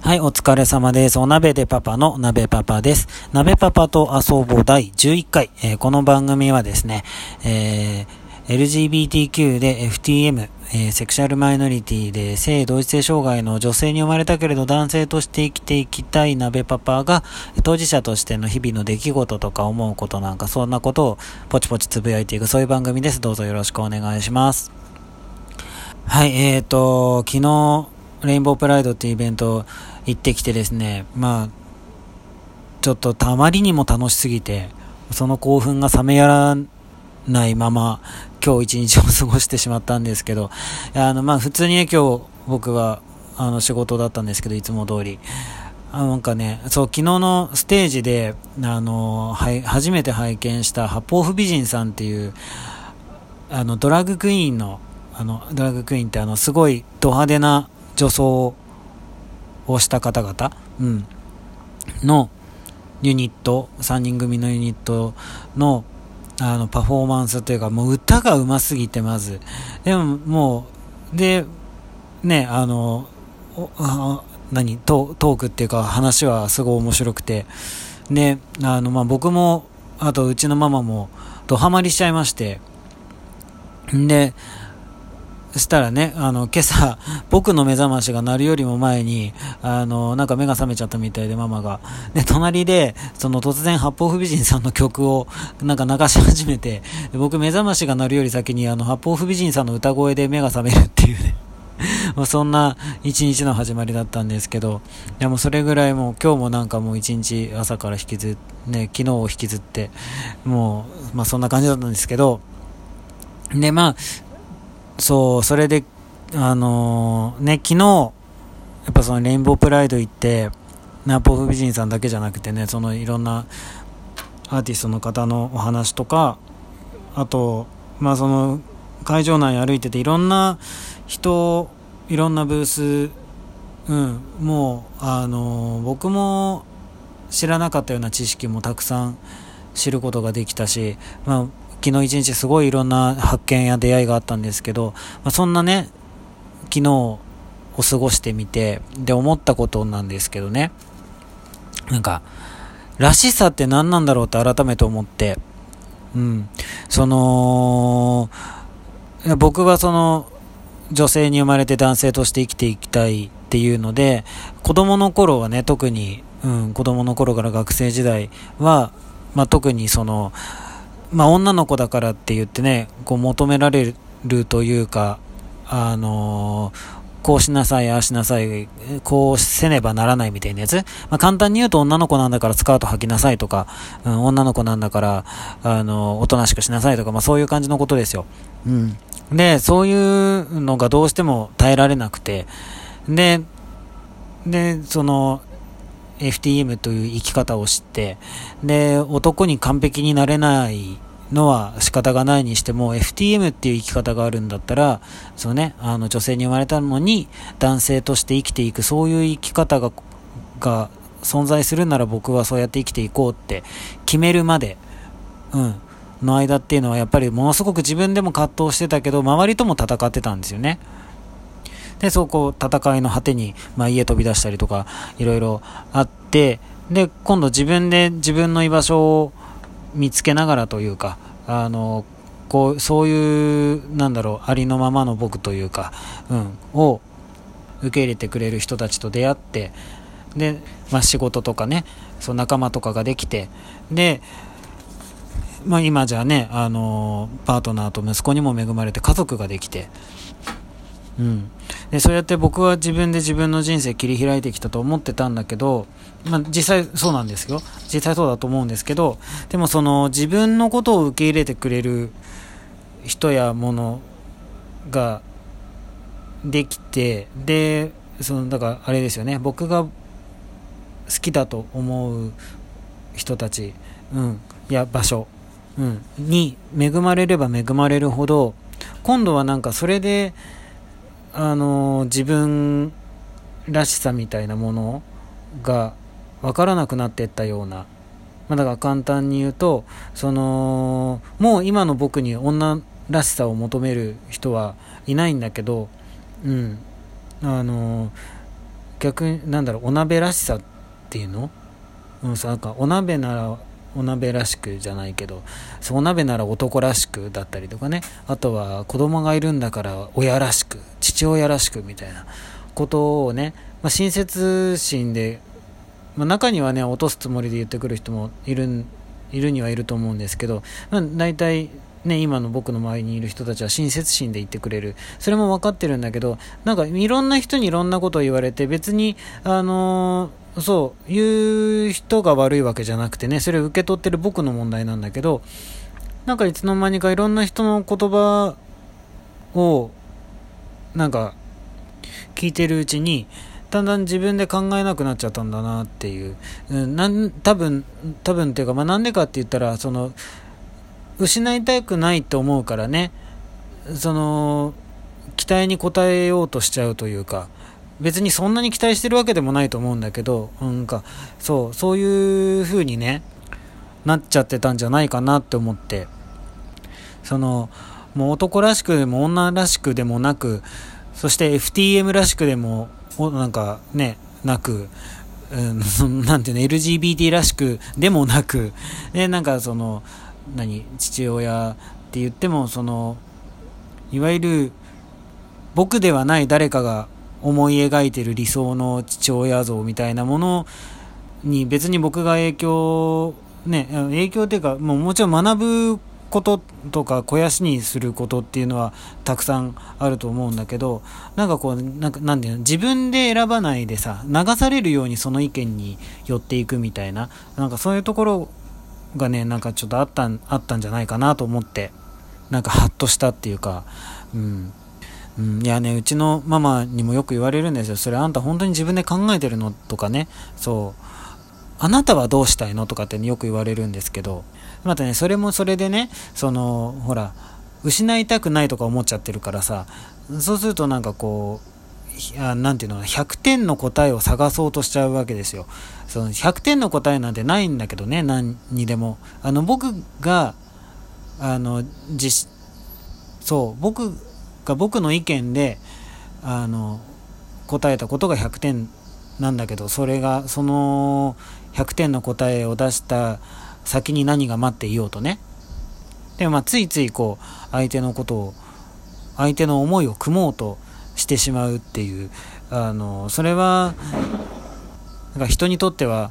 はい、お疲れ様です。お鍋でパパの鍋パパです。鍋パパと遊ぼう第11回。この番組はですね、LGBTQ で FTM、セクシャルマイノリティで性同一性障害の女性に生まれたけれど男性として生きていきたい鍋パパが当事者としての日々の出来事とか思うことなんかそんなことをポチポチつぶやいていくそういう番組です。どうぞよろしくお願いします。はい、昨日レインボープライドっていうイベント行ってきてですね、ちょっとたまりにも楽しすぎて、その興奮が冷めやらないまま、今日一日を過ごしてしまったんですけど、普通にね、今日僕は、仕事だったんですけど、いつも通り。なんかね、そう、昨日のステージで、初めて拝見した八方不美人さんっていう、ドラッグクイーンの、ドラッグクイーンってすごいド派手な女装をした方々、のユニット、3人組のユニットのパフォーマンスというか、もう歌が上手すぎて、まず。でももう、で、ね、トークっていうか話はすごい面白くて、で、僕も、あとうちのママもドハマりしちゃいまして、で、そしたらね、今朝、僕の目覚ましが鳴るよりも前に、なんか目が覚めちゃったみたいで、ママが。で、隣で、突然、八方不美人さんの曲を、なんか流し始めて、で僕、目覚ましが鳴るより先に、八方不美人さんの歌声で目が覚めるっていうね。そんな一日の始まりだったんですけど、でもそれぐらいもう、今日もなんかもう一日朝から昨日を引きずって、もう、そんな感じだったんですけど、で、そう、それで、昨日、やっぱそのレインボープライド行って、八方不美人さんだけじゃなくてね、いろんなアーティストの方のお話とか、あと、その会場内歩いてていろんな人、いろんなブース、もう、僕も知らなかったような知識もたくさん知ることができたし、昨日一日すごいいろんな発見や出会いがあったんですけど、そんなね、昨日を過ごしてみて、で思ったことなんですけどね、なんか、らしさって何なんだろうって改めて思って、僕は女性に生まれて男性として生きていきたいっていうので、子供の頃はね、特に、子供の頃から学生時代は、特に女の子だからって言ってね、こう求められるというか、こうしなさい、ああしなさい、こうせねばならないみたいなやつ。簡単に言うと女の子なんだからスカート履きなさいとか、女の子なんだから、おとなしくしなさいとか、そういう感じのことですよ。で、そういうのがどうしても耐えられなくて、で、FTM という生き方を知って、で、男に完璧になれないのは仕方がないにしても、FTM っていう生き方があるんだったら、女性に生まれたのに男性として生きていく、そういう生き方が存在するなら僕はそうやって生きていこうって決めるまで、の間っていうのはやっぱりものすごく自分でも葛藤してたけど、周りとも戦ってたんですよね。で、戦いの果てに、家飛び出したりとか、いろいろあって、で、今度自分で自分の居場所を見つけながらというか、そういう、ありのままの僕というか、を受け入れてくれる人たちと出会って、で、仕事とかね、仲間とかができて、で、今じゃね、パートナーと息子にも恵まれて家族ができて、でそうやって僕は自分で自分の人生切り開いてきたと思ってたんだけど、実際そうなんですよ。実際そうだと思うんですけど、でも自分のことを受け入れてくれる人やものができて、でだからあれですよね、僕が好きだと思う人たち、や場所、に恵まれれば恵まれるほど、今度はそれで自分らしさみたいなものが分からなくなっていったような、だから簡単に言うと、もう今の僕に女らしさを求める人はいないんだけど、 逆にお鍋らしさっていうの、なんかお鍋ならお鍋らしくじゃないけど、お鍋なら男らしくだったりとかね、あとは子供がいるんだから親らしく、父親らしくみたいなことをね、親切心で、中にはね落とすつもりで言ってくる人もいるにはいると思うんですけど、大体ね、今の僕の周りにいる人たちは親切心で言ってくれる、それも分かってるんだけど、なんかいろんな人にいろんなことを言われて、別にそう言う人が悪いわけじゃなくてね、それを受け取ってる僕の問題なんだけど、なんかいつの間にかいろんな人の言葉をなんか聞いてるうちに、だんだん自分で考えなくなっちゃったんだなっていう、多分っていうか、なんでかって言ったら、失いたくないと思うからね、期待に応えようとしちゃうというか、別にそんなに期待してるわけでもないと思うんだけど、そういう風にねなっちゃってたんじゃないかなって思って、もう男らしくでも女らしくでもなく、そして FTM らしくでもなんかねなく、なんていうの LGBT らしくでもなく、なんか父親って言っても、いわゆる僕ではない誰かが思い描いている理想の父親像みたいなものに、別に僕が影響っていうか、もちろん学ぶこととか肥やしにすることっていうのはたくさんあると思うんだけど、なんていうの、自分で選ばないでさ、流されるようにその意見に寄っていくみたいな、なんかそういうところがね、なんかちょっとあったんじゃないかなと思って、なんかハッとしたっていうか、いやね、うちのママにもよく言われるんですよ。それあんた本当に自分で考えてるのとかね、あなたはどうしたいのとかって、よく言われるんですけど、またね、それもそれでね、ほら失いたくないとか思っちゃってるからさ、そうするとなんかなんていうの、100点の答えを探そうとしちゃうわけですよ。100点の答えなんてないんだけどね、何にでも僕が僕の意見で答えたことが100点なんだけど、その100点の答えを出した先に何が待っていようとね、でもついつい相手の思いを組もうとしてしまうっていう、それはなんか人によっては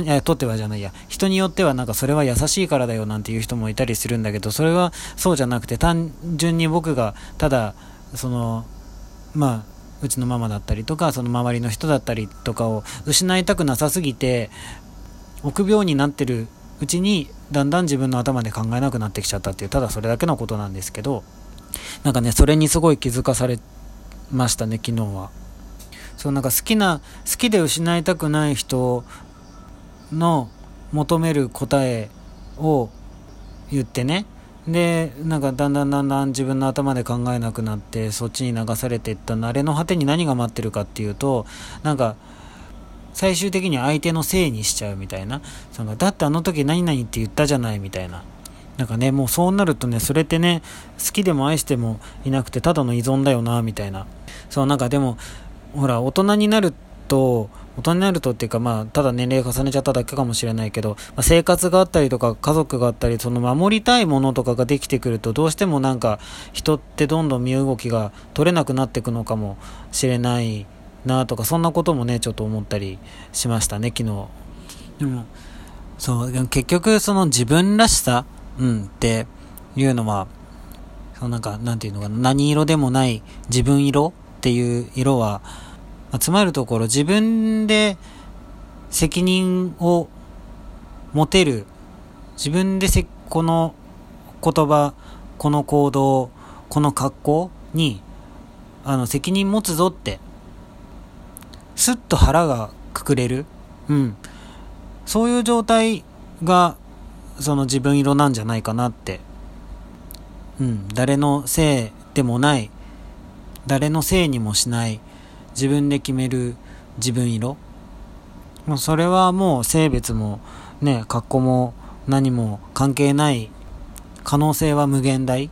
なんかそれは優しいからだよなんていう人もいたりするんだけど、それはそうじゃなくて、単純に僕がただうちのママだったりとか、その周りの人だったりとかを失いたくなさすぎて臆病になってるうちに、だんだん自分の頭で考えなくなってきちゃったっていう、ただそれだけのことなんですけど、なんかね、それにすごい気づかされましたね、昨日は。なんか好きで失いたくない人の求める答えを言ってね、でなんかだんだん自分の頭で考えなくなって、そっちに流されていったあれの果てに何が待ってるかっていうと、なんか最終的に相手のせいにしちゃうみたいな、だってあの時何々って言ったじゃないみたいな、なんかね、もうそうなるとね、それってね、好きでも愛してもいなくてただの依存だよなみたいな。なんかでもほら、大人になるとっていうか、ただ年齢重ねちゃっただけかもしれないけど、生活があったりとか家族があったり、守りたいものとかができてくると、どうしてもなんか人ってどんどん身動きが取れなくなっていくのかもしれないなとか、そんなこともねちょっと思ったりしましたね、昨日。でも結局自分らしさ、っていうのは、なんかなんていうのかな、何色でもない自分色っていう色は、つまるところ自分で責任を持てる、自分でこの言葉、この行動、この格好に責任持つぞって、スッと腹がくくれる、そういう状態が自分色なんじゃないかなって、誰のせいでもない、誰のせいにもしない、自分で決める自分色、それはもう性別もね、格好も何も関係ない、可能性は無限大。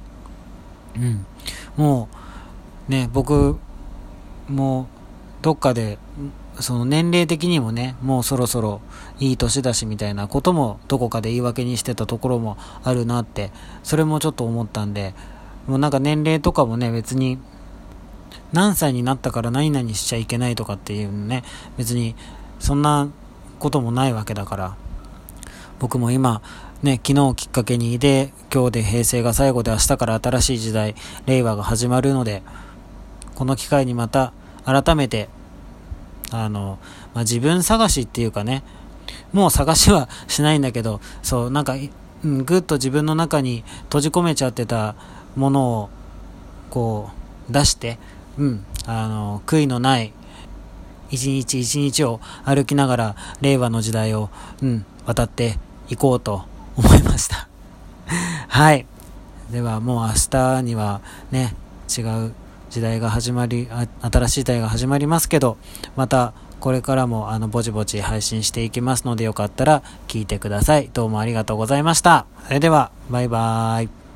もうね、僕もどっかでその年齢的にもね、もうそろそろいい年だしみたいなこともどこかで言い訳にしてたところもあるなって、それもちょっと思ったんで、もうなんか年齢とかもね、別に何歳になったから何々しちゃいけないとかっていうね、別にそんなこともないわけだから、僕も今ね、昨日きっかけにで、今日で平成が最後で明日から新しい時代、令和が始まるので、この機会にまた改めて自分探しっていうかね、もう探しはしないんだけど、そうなんか、ぐっと自分の中に閉じ込めちゃってたものをこう出して、悔いのない一日一日を歩きながら令和の時代を、渡っていこうと思いましたはい。ではもう明日にはね、違う時代が始まり、新しい時代が始まりますけど、またこれからもぼちぼち配信していきますので、よかったら聞いてください。どうもありがとうございました。それではバイバーイ。